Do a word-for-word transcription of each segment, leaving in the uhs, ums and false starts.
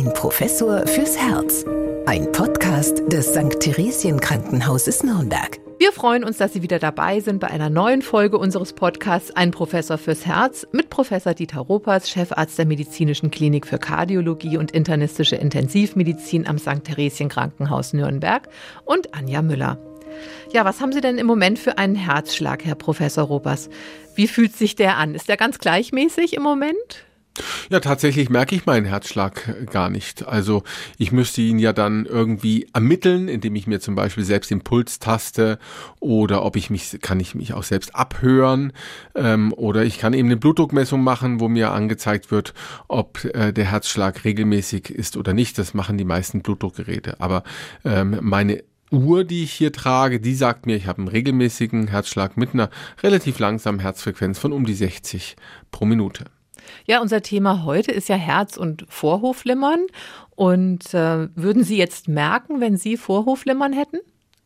Ein Professor fürs Herz. Ein Podcast des Sankt Theresien Krankenhauses Nürnberg. Wir freuen uns, dass Sie wieder dabei sind bei einer neuen Folge unseres Podcasts Ein Professor fürs Herz mit Professor Dieter Ropers, Chefarzt der Medizinischen Klinik für Kardiologie und internistische Intensivmedizin am Sankt Theresien Krankenhaus Nürnberg und Anja Müller. Ja, was haben Sie denn im Moment für einen Herzschlag, Herr Professor Ropers? Wie fühlt sich der an? Ist der ganz gleichmäßig im Moment? Ja, tatsächlich merke ich meinen Herzschlag gar nicht. Also ich müsste ihn ja dann irgendwie ermitteln, indem ich mir zum Beispiel selbst den Puls taste oder ob ich mich, kann ich mich auch selbst abhören ähm, oder ich kann eben eine Blutdruckmessung machen, wo mir angezeigt wird, ob äh, der Herzschlag regelmäßig ist oder nicht. Das machen die meisten Blutdruckgeräte. Aber ähm, meine Uhr, die ich hier trage, die sagt mir, ich habe einen regelmäßigen Herzschlag mit einer relativ langsamen Herzfrequenz von um die sechzig pro Minute. Ja, unser Thema heute ist ja Herz- und Vorhofflimmern. Und äh, würden Sie jetzt merken, wenn Sie Vorhofflimmern hätten?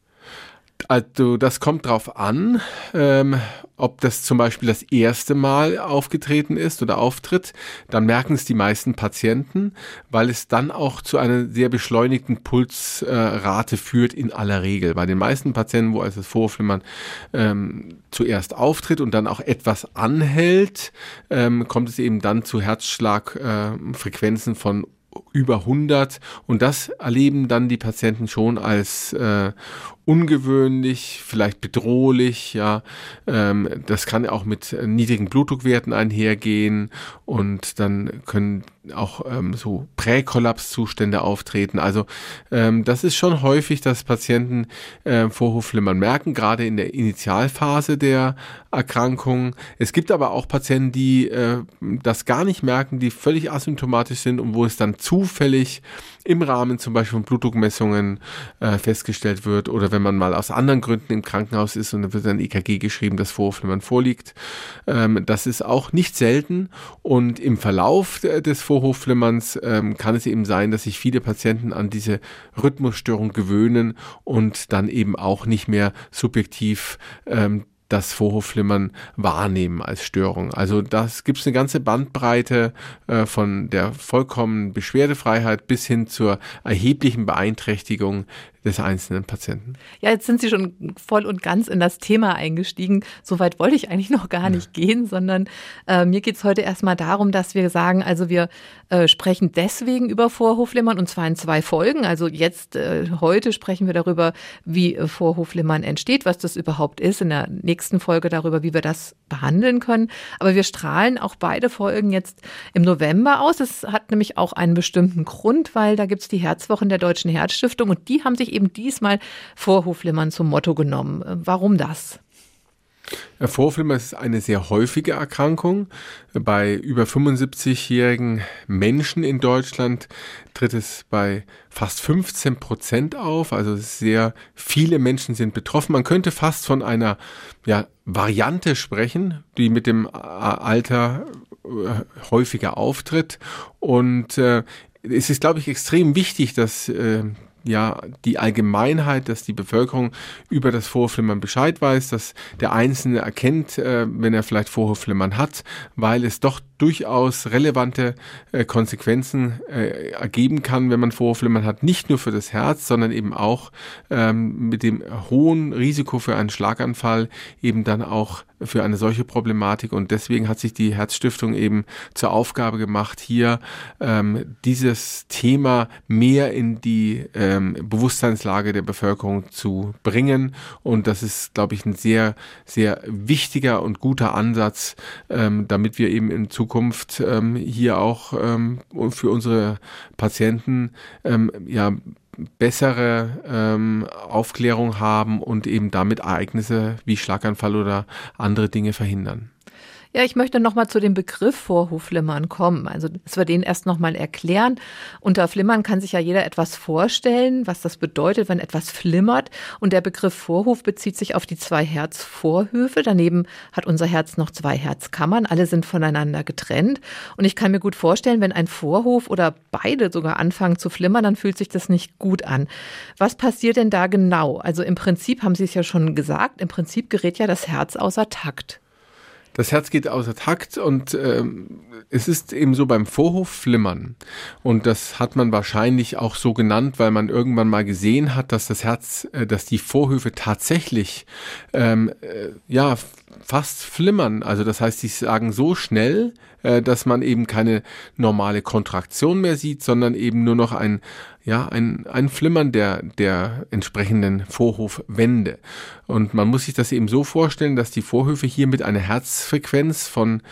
Also das kommt drauf an, ähm, ob das zum Beispiel das erste Mal aufgetreten ist oder auftritt. Dann merken es die meisten Patienten, weil es dann auch zu einer sehr beschleunigten Pulsrate äh, führt in aller Regel. Bei den meisten Patienten, wo also das Vorhofflimmern ähm, zuerst auftritt und dann auch etwas anhält, ähm, kommt es eben dann zu Herzschlagfrequenzen äh, von über hundert und das erleben dann die Patienten schon als äh, ungewöhnlich, vielleicht bedrohlich, ja. Ähm, das kann auch mit niedrigen Blutdruckwerten einhergehen und dann können auch ähm, so Präkollapszustände auftreten. Also ähm, das ist schon häufig, dass Patienten äh, Vorhofflimmern merken, gerade in der Initialphase der Erkrankung. Es gibt aber auch Patienten, die äh, das gar nicht merken, die völlig asymptomatisch sind und wo es dann zufällig im Rahmen zum Beispiel von Blutdruckmessungen äh, festgestellt wird oder wenn man mal aus anderen Gründen im Krankenhaus ist und dann wird ein E K G geschrieben, dass Vorhofflimmern vorliegt. Ähm, das ist auch nicht selten und im Verlauf des Vorhofflimmerns ähm, kann es eben sein, dass sich viele Patienten an diese Rhythmusstörung gewöhnen und dann eben auch nicht mehr subjektiv ähm, das Vorhofflimmern wahrnehmen als Störung. Also das gibt es eine ganze Bandbreite äh, von der vollkommenen Beschwerdefreiheit bis hin zur erheblichen Beeinträchtigung des einzelnen Patienten. Ja, jetzt sind Sie schon voll und ganz in das Thema eingestiegen. Soweit wollte ich eigentlich noch gar nicht ja. gehen, sondern äh, mir geht es heute erstmal darum, dass wir sagen, also wir äh, sprechen deswegen über Vorhofflimmern und zwar in zwei Folgen. Also jetzt, äh, heute sprechen wir darüber, wie äh, Vorhofflimmern entsteht, was das überhaupt ist. In der nächsten Folge darüber, wie wir das behandeln können. Aber wir strahlen auch beide Folgen jetzt im November aus. Es hat nämlich auch einen bestimmten Grund, weil da gibt es die Herzwochen der Deutschen Herzstiftung und die haben sich eben diesmal Vorhofflimmern zum Motto genommen. Warum das? Vorhofflimmern ist eine sehr häufige Erkrankung. Bei über fünfundsiebzigjährigen Menschen in Deutschland tritt es bei fast fünfzehn Prozent auf. Also sehr viele Menschen sind betroffen. Man könnte fast von einer ja, Variante sprechen, die mit dem Alter äh, häufiger auftritt. Und äh, es ist, glaube ich, extrem wichtig, dass äh, ja, die Allgemeinheit, dass die Bevölkerung über das Vorhofflimmern Bescheid weiß, dass der Einzelne erkennt, äh, wenn er vielleicht Vorhofflimmern hat, weil es doch durchaus relevante äh, Konsequenzen äh, ergeben kann, wenn man Vorhofflimmern hat, nicht nur für das Herz, sondern eben auch ähm, mit dem hohen Risiko für einen Schlaganfall eben dann auch für eine solche Problematik und deswegen hat sich die Herzstiftung eben zur Aufgabe gemacht, hier ähm, dieses Thema mehr in die ähm, Bewusstseinslage der Bevölkerung zu bringen und das ist, glaube ich, ein sehr, sehr wichtiger und guter Ansatz, ähm, damit wir eben in Zukunft ähm, hier auch ähm, für unsere Patienten ähm, ja bessere ähm, Aufklärung haben und eben damit Ereignisse wie Schlaganfall oder andere Dinge verhindern. Ja, ich möchte noch mal zu dem Begriff Vorhofflimmern kommen. Also, dass wir den erst noch mal erklären. Unter Flimmern kann sich ja jeder etwas vorstellen, was das bedeutet, wenn etwas flimmert. Und der Begriff Vorhof bezieht sich auf die zwei Herzvorhöfe. Daneben hat unser Herz noch zwei Herzkammern. Alle sind voneinander getrennt. Und ich kann mir gut vorstellen, wenn ein Vorhof oder beide sogar anfangen zu flimmern, dann fühlt sich das nicht gut an. Was passiert denn da genau? Also im Prinzip haben Sie es ja schon gesagt, im Prinzip gerät ja das Herz außer Takt. Das Herz geht außer Takt und ähm, es ist eben so beim Vorhofflimmern, und das hat man wahrscheinlich auch so genannt, weil man irgendwann mal gesehen hat, dass das Herz, äh, dass die Vorhöfe tatsächlich ähm, äh, ja fast flimmern. Also das heißt, sie sagen so schnell, äh, dass man eben keine normale Kontraktion mehr sieht, sondern eben nur noch ein ja, ein, ein Flimmern der, der entsprechenden Vorhofwände. Und man muss sich das eben so vorstellen, dass die Vorhöfe hier mit einer Herzfrequenz von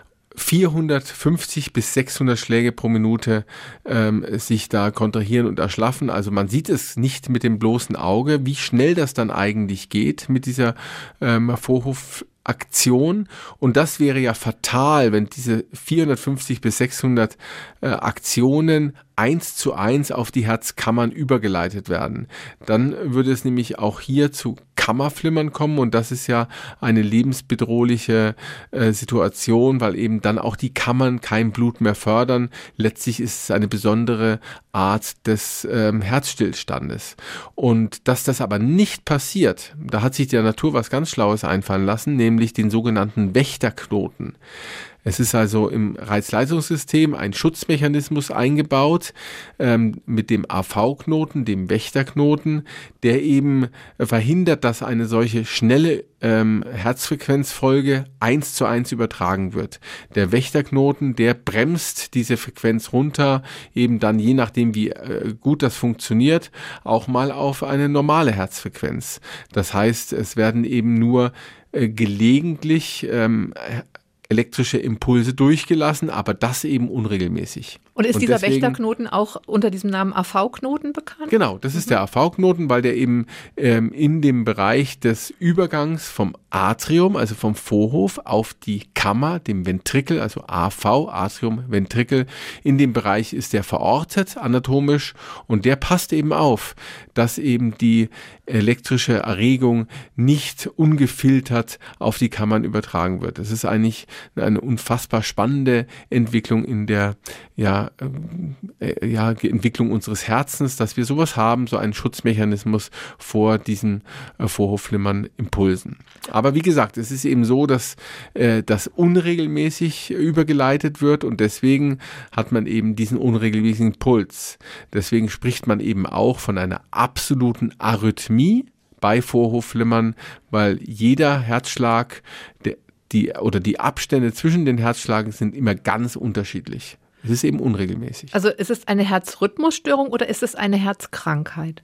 vierhundertfünfzig bis sechshundert Schläge pro Minute ähm, sich da kontrahieren und erschlaffen. Also man sieht es nicht mit dem bloßen Auge, wie schnell das dann eigentlich geht mit dieser ähm, Vorhof Aktion, und das wäre ja fatal, wenn diese vierhundertfünfzig bis sechshundert äh, Aktionen eins zu eins auf die Herzkammern übergeleitet werden. Dann würde es nämlich auch hier zu Kammerflimmern kommen, und das ist ja eine lebensbedrohliche äh, Situation, weil eben dann auch die Kammern kein Blut mehr fördern. Letztlich ist es eine besondere Art des ähm, Herzstillstandes. Und dass das aber nicht passiert, da hat sich der Natur was ganz Schlaues einfallen lassen, nämlich den sogenannten Wächterknoten. Es ist also im Reizleitungssystem ein Schutzmechanismus eingebaut ähm, mit dem A V-Knoten, dem Wächterknoten, der eben verhindert, dass eine solche schnelle ähm, Herzfrequenzfolge eins zu eins übertragen wird. Der Wächterknoten, der bremst diese Frequenz runter, eben dann je nachdem, wie äh, gut das funktioniert, auch mal auf eine normale Herzfrequenz. Das heißt, es werden eben nur äh, gelegentlich ähm, elektrische Impulse durchgelassen, aber das eben unregelmäßig. Und ist und dieser deswegen, Wächterknoten auch unter diesem Namen A V-Knoten bekannt? Genau, das ist mhm. der A V-Knoten, weil der eben ähm, in dem Bereich des Übergangs vom Atrium, also vom Vorhof, auf die Kammer, dem Ventrikel, also A V, Atrium, Ventrikel, in dem Bereich ist der verortet, anatomisch, und der passt eben auf, dass eben die elektrische Erregung nicht ungefiltert auf die Kammern übertragen wird. Das ist eigentlich eine unfassbar spannende Entwicklung in der ja, äh, ja, Entwicklung unseres Herzens, dass wir sowas haben, so einen Schutzmechanismus vor diesen äh, Vorhofflimmern Impulsen. Aber wie gesagt, es ist eben so, dass äh, das unregelmäßig übergeleitet wird, und deswegen hat man eben diesen unregelmäßigen Puls. Deswegen spricht man eben auch von einer absoluten Arrhythmie bei Vorhofflimmern, weil jeder Herzschlag, der Die, oder die Abstände zwischen den Herzschlagen sind immer ganz unterschiedlich. Es ist eben unregelmäßig. Also ist es eine Herzrhythmusstörung oder ist es eine Herzkrankheit?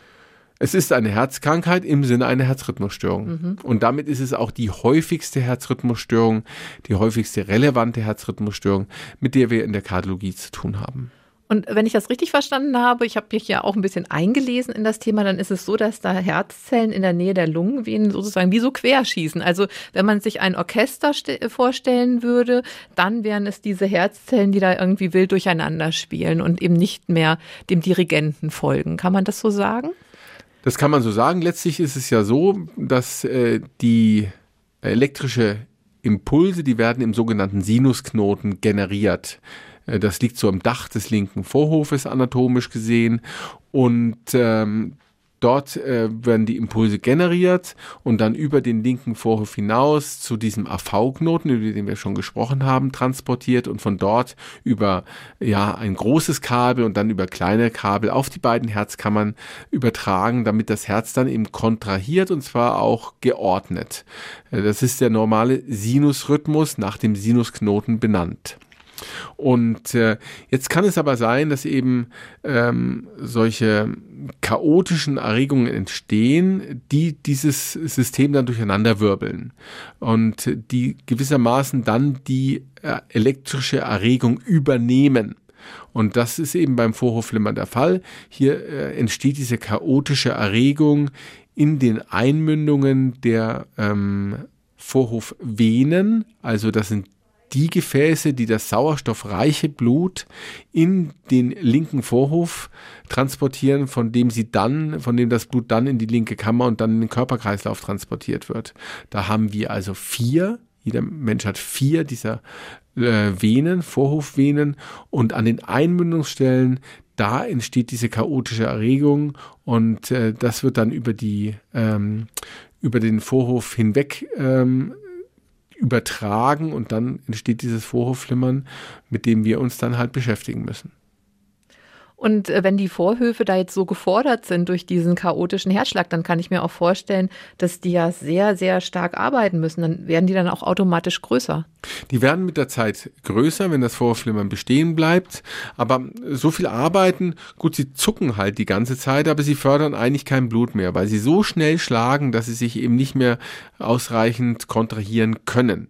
Es ist eine Herzkrankheit im Sinne einer Herzrhythmusstörung. Mhm. Und damit ist es auch die häufigste Herzrhythmusstörung, die häufigste relevante Herzrhythmusstörung, mit der wir in der Kardiologie zu tun haben. Und wenn ich das richtig verstanden habe, ich habe mich ja auch ein bisschen eingelesen in das Thema, dann ist es so, dass da Herzzellen in der Nähe der Lungenvenen sozusagen wie so querschießen. Also wenn man sich ein Orchester st- vorstellen würde, dann wären es diese Herzzellen, die da irgendwie wild durcheinander spielen und eben nicht mehr dem Dirigenten folgen. Kann man das so sagen? Das kann man so sagen. Letztlich ist es ja so, dass äh, die elektrische Impulse, die werden im sogenannten Sinusknoten generiert. Das liegt so am Dach des linken Vorhofes anatomisch gesehen, und ähm, dort äh, werden die Impulse generiert und dann über den linken Vorhof hinaus zu diesem A V-Knoten, über den wir schon gesprochen haben, transportiert und von dort über ja ein großes Kabel und dann über kleine Kabel auf die beiden Herzkammern übertragen, damit das Herz dann eben kontrahiert, und zwar auch geordnet. Das ist der normale Sinusrhythmus, nach dem Sinusknoten benannt. Und äh, jetzt kann es aber sein, dass eben ähm, solche chaotischen Erregungen entstehen, die dieses System dann durcheinanderwirbeln und die gewissermaßen dann die äh, elektrische Erregung übernehmen. Und das ist eben beim Vorhofflimmern der Fall. Hier äh, entsteht diese chaotische Erregung in den Einmündungen der ähm, Vorhofvenen, also das sind die Gefäße, die das sauerstoffreiche Blut in den linken Vorhof transportieren, von dem sie dann, von dem das Blut dann in die linke Kammer und dann in den Körperkreislauf transportiert wird. Da haben wir also vier, jeder Mensch hat vier dieser äh, Venen, Vorhofvenen, und an den Einmündungsstellen, da entsteht diese chaotische Erregung, und äh, das wird dann über die, ähm, über den Vorhof hinweg ähm, übertragen und dann entsteht dieses Vorhofflimmern, mit dem wir uns dann halt beschäftigen müssen. Und wenn die Vorhöfe da jetzt so gefordert sind durch diesen chaotischen Herzschlag, dann kann ich mir auch vorstellen, dass die ja sehr, sehr stark arbeiten müssen. Dann werden die dann auch automatisch größer. Die werden mit der Zeit größer, wenn das Vorhofflimmern bestehen bleibt. Aber so viel arbeiten, gut, sie zucken halt die ganze Zeit, aber sie fördern eigentlich kein Blut mehr, weil sie so schnell schlagen, dass sie sich eben nicht mehr ausreichend kontrahieren können.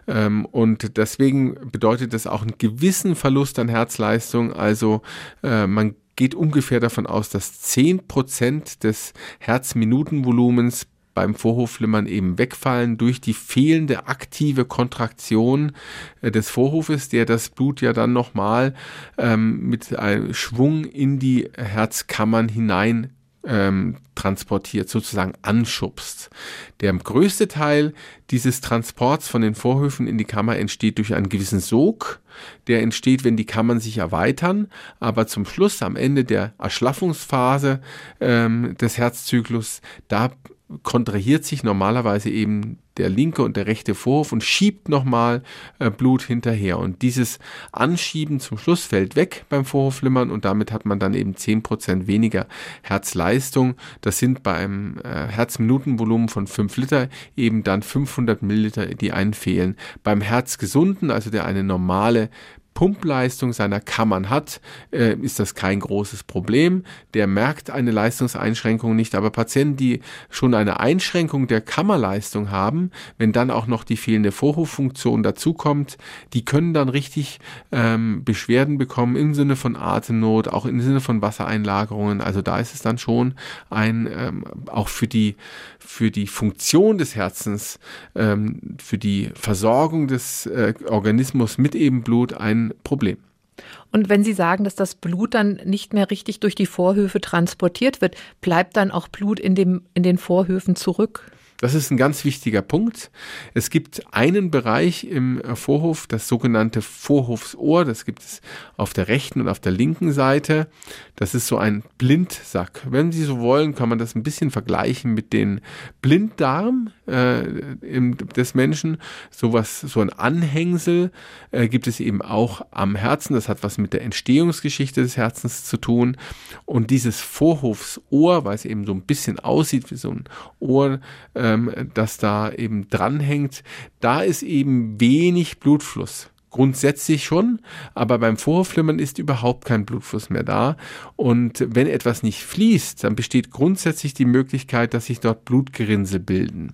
Und deswegen bedeutet das auch einen gewissen Verlust an Herzleistung. Also man geht ungefähr davon aus, dass zehn Prozent des Herzminutenvolumens beim Vorhofflimmern eben wegfallen durch die fehlende aktive Kontraktion äh, des Vorhofes, der das Blut ja dann nochmal ähm, mit einem Schwung in die Herzkammern hinein ähm, transportiert, sozusagen anschubst. Der größte Teil dieses Transports von den Vorhöfen in die Kammer entsteht durch einen gewissen Sog. Der entsteht, wenn die Kammern sich erweitern, aber zum Schluss, am Ende der Erschlaffungsphase ähm, des Herzzyklus, da kontrahiert sich normalerweise eben der linke und der rechte Vorhof und schiebt nochmal äh, Blut hinterher. Und dieses Anschieben zum Schluss fällt weg beim Vorhofflimmern und damit hat man dann eben zehn Prozent weniger Herzleistung. Das sind bei einem äh, Herzminutenvolumen von fünf Liter eben dann fünfhundert Milliliter, die einen fehlen. Beim Herzgesunden, also der eine normale Pumpleistung seiner Kammern hat, äh, ist das kein großes Problem. Der merkt eine Leistungseinschränkung nicht, aber Patienten, die schon eine Einschränkung der Kammerleistung haben, wenn dann auch noch die fehlende Vorhoffunktion dazukommt, die können dann richtig ähm, Beschwerden bekommen im Sinne von Atemnot, auch im Sinne von Wassereinlagerungen. Also da ist es dann schon ein, ähm, auch für die, für die Funktion des Herzens, ähm, für die Versorgung des äh, Organismus mit eben Blut ein Problem. Und wenn Sie sagen, dass das Blut dann nicht mehr richtig durch die Vorhöfe transportiert wird, bleibt dann auch Blut in dem, in den Vorhöfen zurück? Das ist ein ganz wichtiger Punkt. Es gibt einen Bereich im Vorhof, das sogenannte Vorhofsohr. Das gibt es auf der rechten und auf der linken Seite. Das ist so ein Blindsack. Wenn Sie so wollen, kann man das ein bisschen vergleichen mit dem Blinddarm äh, im, des Menschen. So was, so ein Anhängsel äh, gibt es eben auch am Herzen. Das hat was mit der Entstehungsgeschichte des Herzens zu tun. Und dieses Vorhofsohr, weil es eben so ein bisschen aussieht wie so ein Ohr, äh, das da eben dranhängt, da ist eben wenig Blutfluss. Grundsätzlich schon, aber beim Vorhofflimmern ist überhaupt kein Blutfluss mehr da. Und wenn etwas nicht fließt, dann besteht grundsätzlich die Möglichkeit, dass sich dort Blutgerinnsel bilden.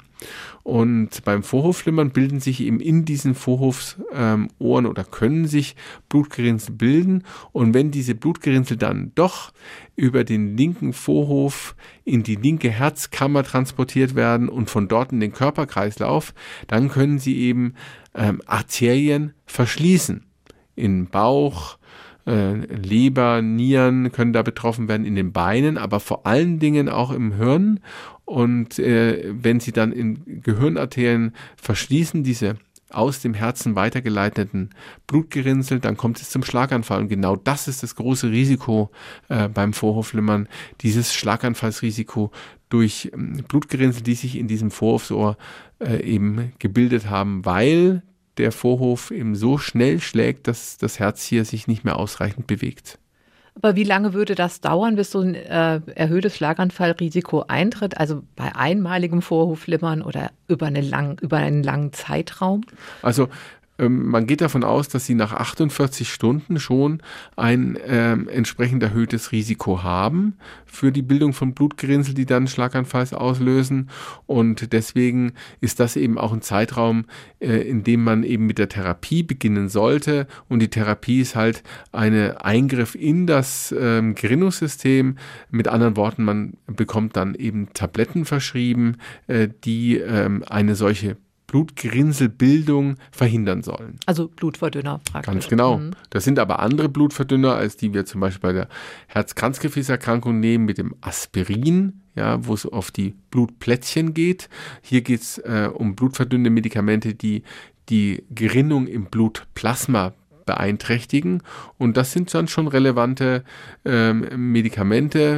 Und beim Vorhofflimmern bilden sich eben in diesen Vorhofsohren ähm, oder können sich Blutgerinnsel bilden. Und wenn diese Blutgerinnsel dann doch über den linken Vorhof in die linke Herzkammer transportiert werden und von dort in den Körperkreislauf, dann können sie eben ähm, Arterien verschließen. In Bauch, äh, Leber, Nieren können da betroffen werden, in den Beinen, aber vor allen Dingen auch im Hirn. Und äh, wenn sie dann in Gehirnarterien verschließen, diese aus dem Herzen weitergeleiteten Blutgerinnsel, dann kommt es zum Schlaganfall. Und genau das ist das große Risiko äh, beim Vorhofflimmern, dieses Schlaganfallsrisiko durch ähm, Blutgerinnsel, die sich in diesem Vorhofsohr äh, eben gebildet haben, weil der Vorhof eben so schnell schlägt, dass das Herz hier sich nicht mehr ausreichend bewegt. Aber wie lange würde das dauern, bis so ein äh, erhöhtes Schlaganfallrisiko eintritt? Also bei einmaligem Vorhofflimmern oder über, eine lang, über einen langen Zeitraum? Also ähm, man geht davon aus, dass sie nach achtundvierzig Stunden schon ein ähm, entsprechend erhöhtes Risiko haben für die Bildung von Blutgerinnsel, die dann Schlaganfalls auslösen. Und deswegen ist das eben auch ein Zeitraum, äh, in dem man eben mit der Therapie beginnen sollte. Und die Therapie ist halt ein Eingriff in das ähm, Gerinnungssystem. Mit anderen Worten, man bekommt dann eben Tabletten verschrieben, äh, die ähm, eine solche Blutgerinnselbildung verhindern sollen. Also Blutverdünner praktisch. Ganz genau. Mhm. Das sind aber andere Blutverdünner, als die wir zum Beispiel bei der Herz-Kranzgefäßerkrankung nehmen mit dem Aspirin, ja, wo es auf die Blutplättchen geht. Hier geht es äh, um blutverdünnende Medikamente, die die Gerinnung im Blutplasma beeinträchtigen. Und das sind dann schon relevante ähm, Medikamente.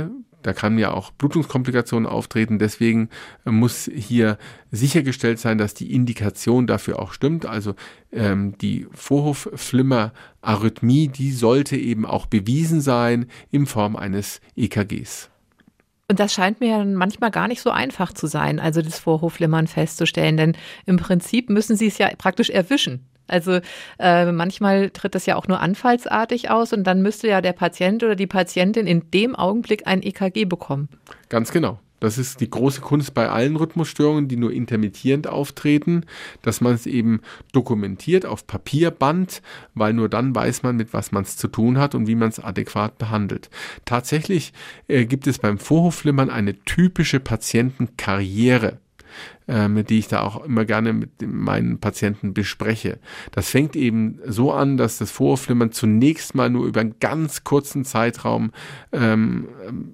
da kann ja auch Blutungskomplikationen auftreten. Deswegen muss hier sichergestellt sein, dass die Indikation dafür auch stimmt. Also ähm, die Vorhofflimmer-Arrhythmie, die sollte eben auch bewiesen sein in Form eines E K Gs. Und das scheint mir manchmal gar nicht so einfach zu sein, also das Vorhofflimmern festzustellen, denn im Prinzip müssen Sie es ja praktisch erwischen. Also äh, manchmal tritt das ja auch nur anfallsartig aus und dann müsste ja der Patient oder die Patientin in dem Augenblick ein E K G bekommen. Ganz genau. Das ist die große Kunst bei allen Rhythmusstörungen, die nur intermittierend auftreten, dass man es eben dokumentiert auf Papierband, weil nur dann weiß man, mit was man es zu tun hat und wie man es adäquat behandelt. Tatsächlich äh, gibt es beim Vorhofflimmern eine typische Patientenkarriere, ähm, die ich da auch immer gerne mit meinen Patienten bespreche. Das fängt eben so an, dass das Vorhofflimmern zunächst mal nur über einen ganz kurzen Zeitraum ähm,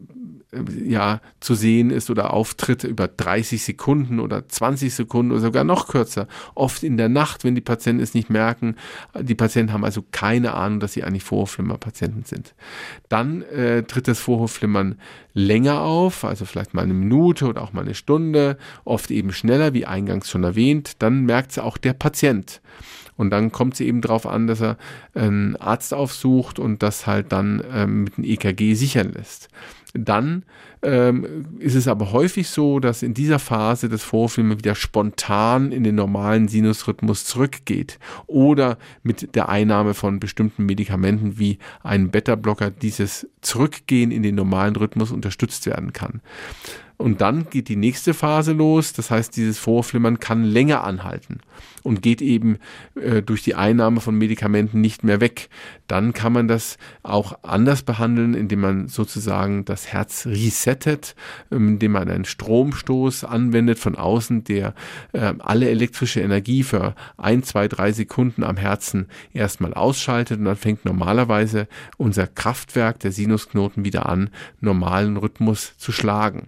ja, zu sehen ist oder auftritt über dreißig Sekunden oder zwanzig Sekunden oder sogar noch kürzer. Oft in der Nacht, wenn die Patienten es nicht merken. Die Patienten haben also keine Ahnung, dass sie eigentlich Vorhofflimmer-Patienten sind. Dann äh, tritt das Vorhofflimmern länger auf, also vielleicht mal eine Minute oder auch mal eine Stunde, oft eben schneller, wie eingangs schon erwähnt. Dann merkt es auch der Patient. Und dann kommt es eben darauf an, dass er einen Arzt aufsucht und das halt dann ähm, mit dem E K G sichern lässt. Dann ähm, ist es aber häufig so, dass in dieser Phase das Vorhofflimmern wieder spontan in den normalen Sinusrhythmus zurückgeht oder mit der Einnahme von bestimmten Medikamenten wie einem Beta-Blocker dieses Zurückgehen in den normalen Rhythmus unterstützt werden kann. Und dann geht die nächste Phase los, das heißt, dieses Vorhofflimmern kann länger anhalten und geht eben äh, durch die Einnahme von Medikamenten nicht mehr weg. Dann kann man das auch anders behandeln, indem man sozusagen das Herz resettet, indem man einen Stromstoß anwendet von außen, der äh, alle elektrische Energie für ein, zwei, drei Sekunden am Herzen erstmal ausschaltet und dann fängt normalerweise unser Kraftwerk, der Sinusknoten, wieder an, normalen Rhythmus zu schlagen.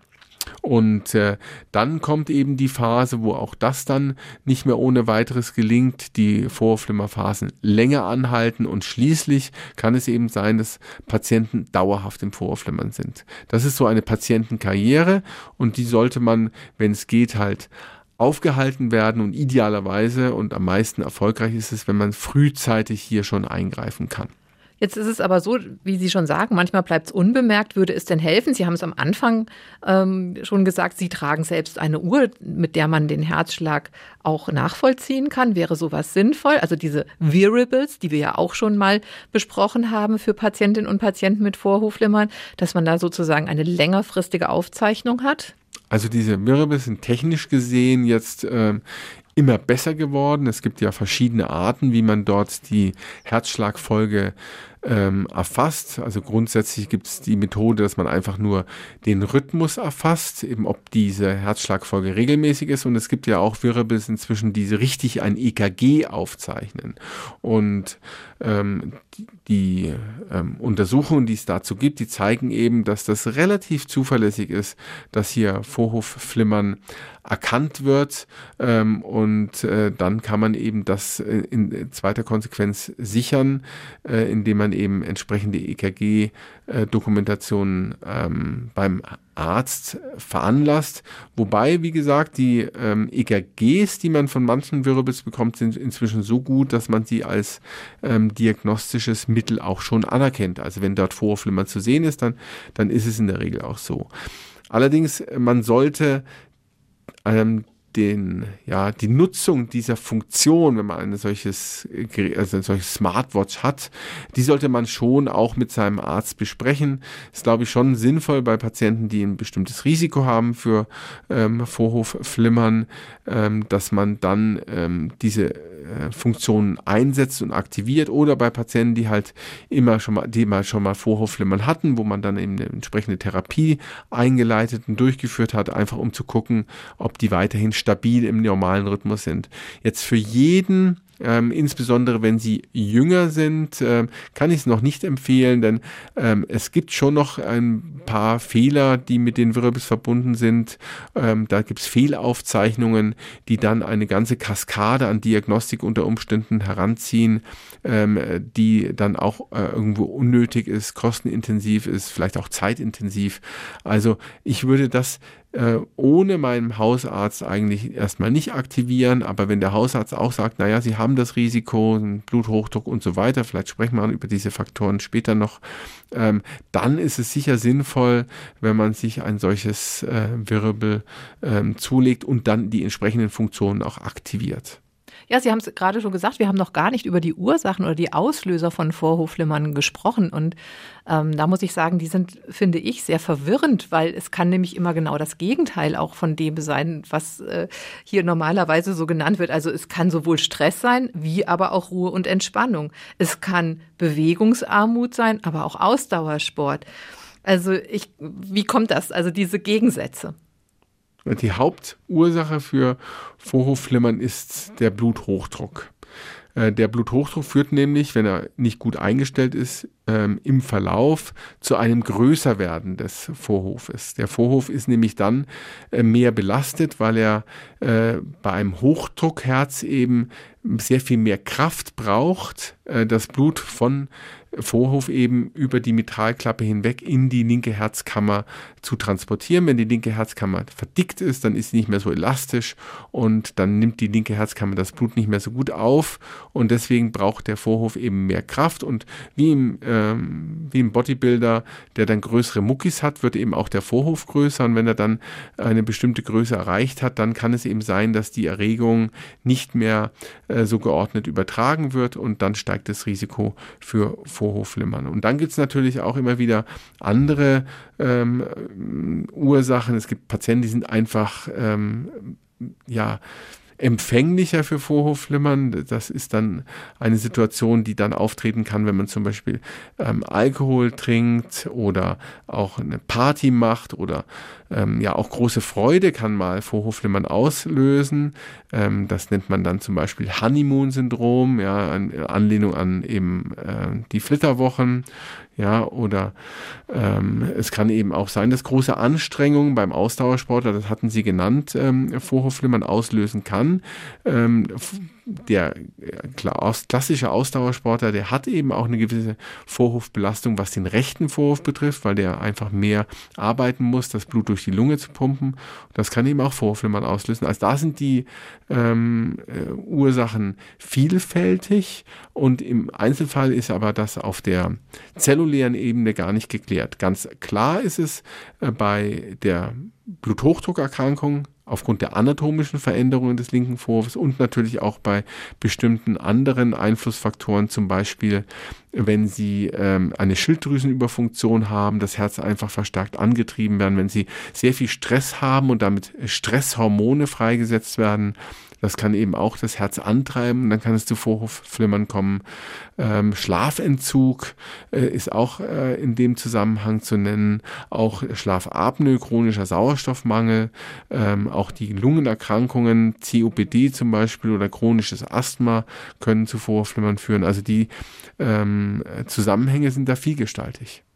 Und äh, dann kommt eben die Phase, wo auch das dann nicht mehr ohne weiteres gelingt, die Vorhofflimmerphasen länger anhalten und schließlich kann es eben sein, dass Patienten dauerhaft im Vorhofflimmern sind. Das ist so eine Patientenkarriere und die sollte man, wenn es geht, halt aufgehalten werden und idealerweise und am meisten erfolgreich ist es, wenn man frühzeitig hier schon eingreifen kann. Jetzt ist es aber so, wie Sie schon sagen, manchmal bleibt es unbemerkt. Würde es denn helfen? Sie haben es am Anfang ähm, schon gesagt, Sie tragen selbst eine Uhr, mit der man den Herzschlag auch nachvollziehen kann. Wäre sowas sinnvoll? Also diese Wearables, die wir ja auch schon mal besprochen haben für Patientinnen und Patienten mit Vorhofflimmern, dass man da sozusagen eine längerfristige Aufzeichnung hat? Also diese Wearables sind technisch gesehen jetzt ähm, immer besser geworden. Es gibt ja verschiedene Arten, wie man dort die Herzschlagfolge ähm, erfasst. Also grundsätzlich gibt es die Methode, dass man einfach nur den Rhythmus erfasst, eben ob diese Herzschlagfolge regelmäßig ist. Und es gibt ja auch Wearables inzwischen, die richtig ein E K G aufzeichnen. Und ähm, die, die ähm, Untersuchungen, die es dazu gibt, die zeigen eben, dass das relativ zuverlässig ist, dass hier Vorhofflimmern erkannt wird ähm, und äh, dann kann man eben das äh, in zweiter Konsequenz sichern, äh, indem man eben entsprechende E K G-Dokumentationen ähm, beim Arzt veranlasst. Wobei, wie gesagt, die ähm, E K Gs, die man von manchen Wearables bekommt, sind inzwischen so gut, dass man sie als ähm, diagnostisches Mittel auch schon anerkennt. Also wenn dort Vorhofflimmern zu sehen ist, dann, dann ist es in der Regel auch so. Allerdings, man sollte ähm, den, ja, die Nutzung dieser Funktion, wenn man ein solches, also ein solches Smartwatch hat, die sollte man schon auch mit seinem Arzt besprechen. Ist, glaube ich, schon sinnvoll bei Patienten, die ein bestimmtes Risiko haben für ähm, Vorhofflimmern, ähm, dass man dann ähm, diese äh, Funktionen einsetzt und aktiviert oder bei Patienten, die halt immer schon mal, die mal schon mal Vorhofflimmern hatten, wo man dann eben eine entsprechende Therapie eingeleitet und durchgeführt hat, einfach um zu gucken, ob die weiterhin stabil im normalen Rhythmus sind. Jetzt für jeden Ähm, insbesondere wenn sie jünger sind, äh, kann ich es noch nicht empfehlen, denn ähm, es gibt schon noch ein paar Fehler, die mit den Wirbels verbunden sind. Ähm, da gibt es Fehlaufzeichnungen, die dann eine ganze Kaskade an Diagnostik unter Umständen heranziehen, ähm, die dann auch äh, irgendwo unnötig ist, kostenintensiv ist, vielleicht auch zeitintensiv. Also ich würde das äh, ohne meinen Hausarzt eigentlich erstmal nicht aktivieren, aber wenn der Hausarzt auch sagt, naja, Sie haben das Risiko, Bluthochdruck und so weiter, vielleicht sprechen wir über diese Faktoren später noch, ähm, dann ist es sicher sinnvoll, wenn man sich ein solches äh, Wirbel ähm, zulegt und dann die entsprechenden Funktionen auch aktiviert. Ja, Sie haben es gerade schon gesagt, wir haben noch gar nicht über die Ursachen oder die Auslöser von Vorhofflimmern gesprochen. Und ähm, da muss ich sagen, die sind, finde ich, sehr verwirrend, weil es kann nämlich immer genau das Gegenteil auch von dem sein, was äh, hier normalerweise so genannt wird. Also es kann sowohl Stress sein, wie aber auch Ruhe und Entspannung. Es kann Bewegungsarmut sein, aber auch Ausdauersport. Also ich, wie kommt das? Also diese Gegensätze. Die Hauptursache für Vorhofflimmern ist der Bluthochdruck. Der Bluthochdruck führt nämlich, wenn er nicht gut eingestellt ist, im Verlauf zu einem Größerwerden des Vorhofes. Der Vorhof ist nämlich dann mehr belastet, weil er bei einem Hochdruckherz eben sehr viel mehr Kraft braucht, das Blut von Vorhof eben über die Mitralklappe hinweg in die linke Herzkammer zu transportieren. Wenn die linke Herzkammer verdickt ist, dann ist sie nicht mehr so elastisch und dann nimmt die linke Herzkammer das Blut nicht mehr so gut auf und deswegen braucht der Vorhof eben mehr Kraft und wie im, ähm, wie im Bodybuilder, der dann größere Muckis hat, wird eben auch der Vorhof größer und wenn er dann eine bestimmte Größe erreicht hat, dann kann es eben sein, dass die Erregung nicht mehr äh, so geordnet übertragen wird und dann steigt das Risiko für Vorhofflimmern. Und dann gibt es natürlich auch immer wieder andere ähm, Ursachen. Es gibt Patienten, die sind einfach ähm, ja empfänglicher für Vorhofflimmern. Das ist dann eine Situation, die dann auftreten kann, wenn man zum Beispiel ähm, Alkohol trinkt oder auch eine Party macht oder ähm, ja auch große Freude kann mal Vorhofflimmern auslösen. Ähm, das nennt man dann zum Beispiel Honeymoon-Syndrom, ja, in Anlehnung an eben äh, die Flitterwochen. Ja, oder ähm, es kann eben auch sein, dass große Anstrengungen beim Ausdauersportler, das hatten Sie genannt, ähm, Vorhofflimmern auslösen kann. Ähm, der klassische Ausdauersportler, der hat eben auch eine gewisse Vorhofbelastung, was den rechten Vorhof betrifft, weil der einfach mehr arbeiten muss, das Blut durch die Lunge zu pumpen. Das kann eben auch Vorhofflimmern auslösen. Also da sind die ähm, äh, Ursachen vielfältig und im Einzelfall ist aber das auf der zellulären Ebene gar nicht geklärt. Ganz klar ist es äh, bei der Bluthochdruckerkrankung aufgrund der anatomischen Veränderungen des linken Vorhofs und natürlich auch bei bestimmten anderen Einflussfaktoren, zum Beispiel wenn Sie ähm, eine Schilddrüsenüberfunktion haben, das Herz einfach verstärkt angetrieben werden, wenn Sie sehr viel Stress haben und damit Stresshormone freigesetzt werden. Das kann eben auch das Herz antreiben, dann kann es zu Vorhofflimmern kommen. Ähm, Schlafentzug äh, ist auch äh, in dem Zusammenhang zu nennen, auch Schlafapnoe, chronischer Sauerstoffmangel, ähm, auch die Lungenerkrankungen, C O P D zum Beispiel oder chronisches Asthma können zu Vorhofflimmern führen. Also die ähm, Zusammenhänge sind da vielgestaltig.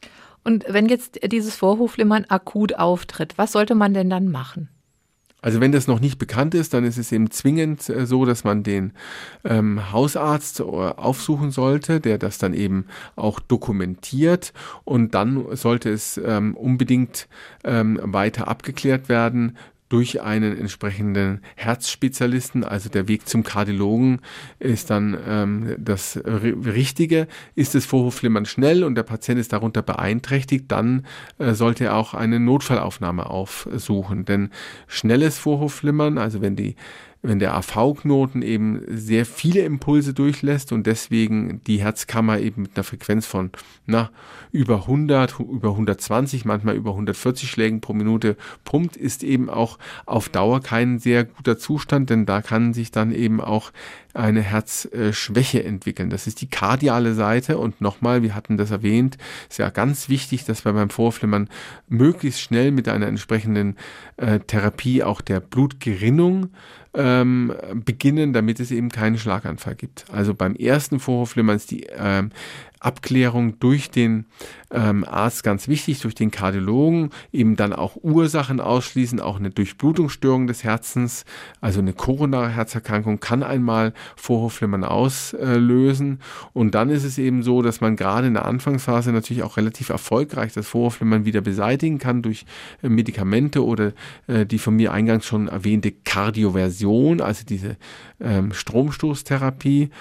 Und wenn jetzt dieses Vorhofflimmern akut auftritt, was sollte man denn dann machen? Also wenn das noch nicht bekannt ist, dann ist es eben zwingend äh, so, dass man den ähm, Hausarzt äh, aufsuchen sollte, der das dann eben auch dokumentiert und dann sollte es ähm, unbedingt ähm, weiter abgeklärt werden durch einen entsprechenden Herzspezialisten, also der Weg zum Kardiologen ist dann ähm, das Richtige. Ist das Vorhofflimmern schnell und der Patient ist darunter beeinträchtigt, dann äh, sollte er auch eine Notfallaufnahme aufsuchen. Denn schnelles Vorhofflimmern, also wenn die wenn der A V-Knoten eben sehr viele Impulse durchlässt und deswegen die Herzkammer eben mit einer Frequenz von na, über hundert, über hundertzwanzig, manchmal über hundertvierzig Schlägen pro Minute pumpt, ist eben auch auf Dauer kein sehr guter Zustand, denn da kann sich dann eben auch eine Herzschwäche entwickeln. Das ist die kardiale Seite und nochmal, wir hatten das erwähnt, ist ja ganz wichtig, dass wir beim Vorhofflimmern möglichst schnell mit einer entsprechenden äh, Therapie auch der Blutgerinnung äh, ähm, beginnen, damit es eben keinen Schlaganfall gibt. Also beim ersten Vorhofflimmern ist die ähm, Abklärung durch den ähm, Arzt ganz wichtig, durch den Kardiologen, eben dann auch Ursachen ausschließen, auch eine Durchblutungsstörung des Herzens, also eine koronare Herzerkrankung kann einmal Vorhofflimmern auslösen und dann ist es eben so, dass man gerade in der Anfangsphase natürlich auch relativ erfolgreich das Vorhofflimmern wieder beseitigen kann durch äh, Medikamente oder äh, die von mir eingangs schon erwähnte Kardioversion, also diese ähm, Stromstoßtherapie.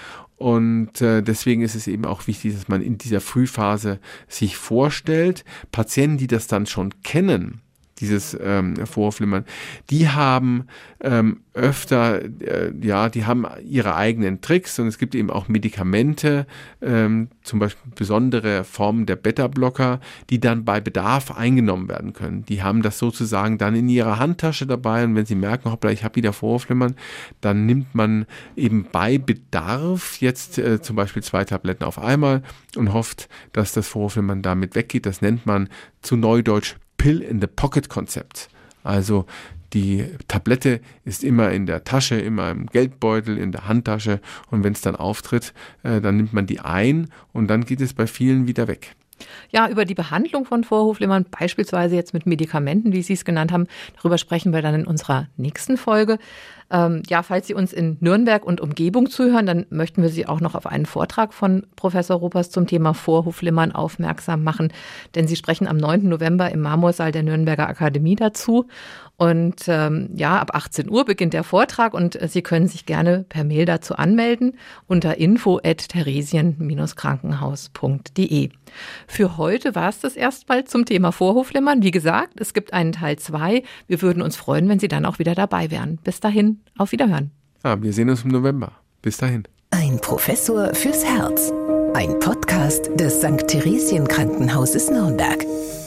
Und äh, deswegen ist es eben auch wichtig, dass man in dieser Frühphase sich vorstellt. Patienten, die das dann schon kennen, dieses ähm, Vorhofflimmern, die haben ähm, öfter, äh, ja, die haben ihre eigenen Tricks und es gibt eben auch Medikamente, ähm, zum Beispiel besondere Formen der Beta-Blocker, die dann bei Bedarf eingenommen werden können. Die haben das sozusagen dann in ihrer Handtasche dabei und wenn sie merken, hoppla, ich habe wieder Vorhofflimmern, dann nimmt man eben bei Bedarf jetzt äh, zum Beispiel zwei Tabletten auf einmal und hofft, dass das Vorhofflimmern damit weggeht. Das nennt man zu Neudeutsch Pill-in-the-Pocket-Konzept. Also die Tablette ist immer in der Tasche, immer im Geldbeutel, in der Handtasche und wenn es dann auftritt, äh, dann nimmt man die ein und dann geht es bei vielen wieder weg. Ja, über die Behandlung von Vorhofflimmern, beispielsweise jetzt mit Medikamenten, wie Sie es genannt haben, darüber sprechen wir dann in unserer nächsten Folge. Ähm, ja, falls Sie uns in Nürnberg und Umgebung zuhören, dann möchten wir Sie auch noch auf einen Vortrag von Professor Ruppers zum Thema Vorhofflimmern aufmerksam machen, denn Sie sprechen am neunten November im Marmorsaal der Nürnberger Akademie dazu. Und ähm, ja, ab achtzehn Uhr beginnt der Vortrag und äh, Sie können sich gerne per Mail dazu anmelden unter info at theresien Bindestrich krankenhaus punkt de. Für heute war es das erstmal zum Thema Vorhofflimmern. Wie gesagt, es gibt einen Teil zwei. Wir würden uns freuen, wenn Sie dann auch wieder dabei wären. Bis dahin, auf Wiederhören. Ja, wir sehen uns im November. Bis dahin. Ein Professor fürs Herz. Ein Podcast des Sankt Theresien Krankenhauses Nürnberg.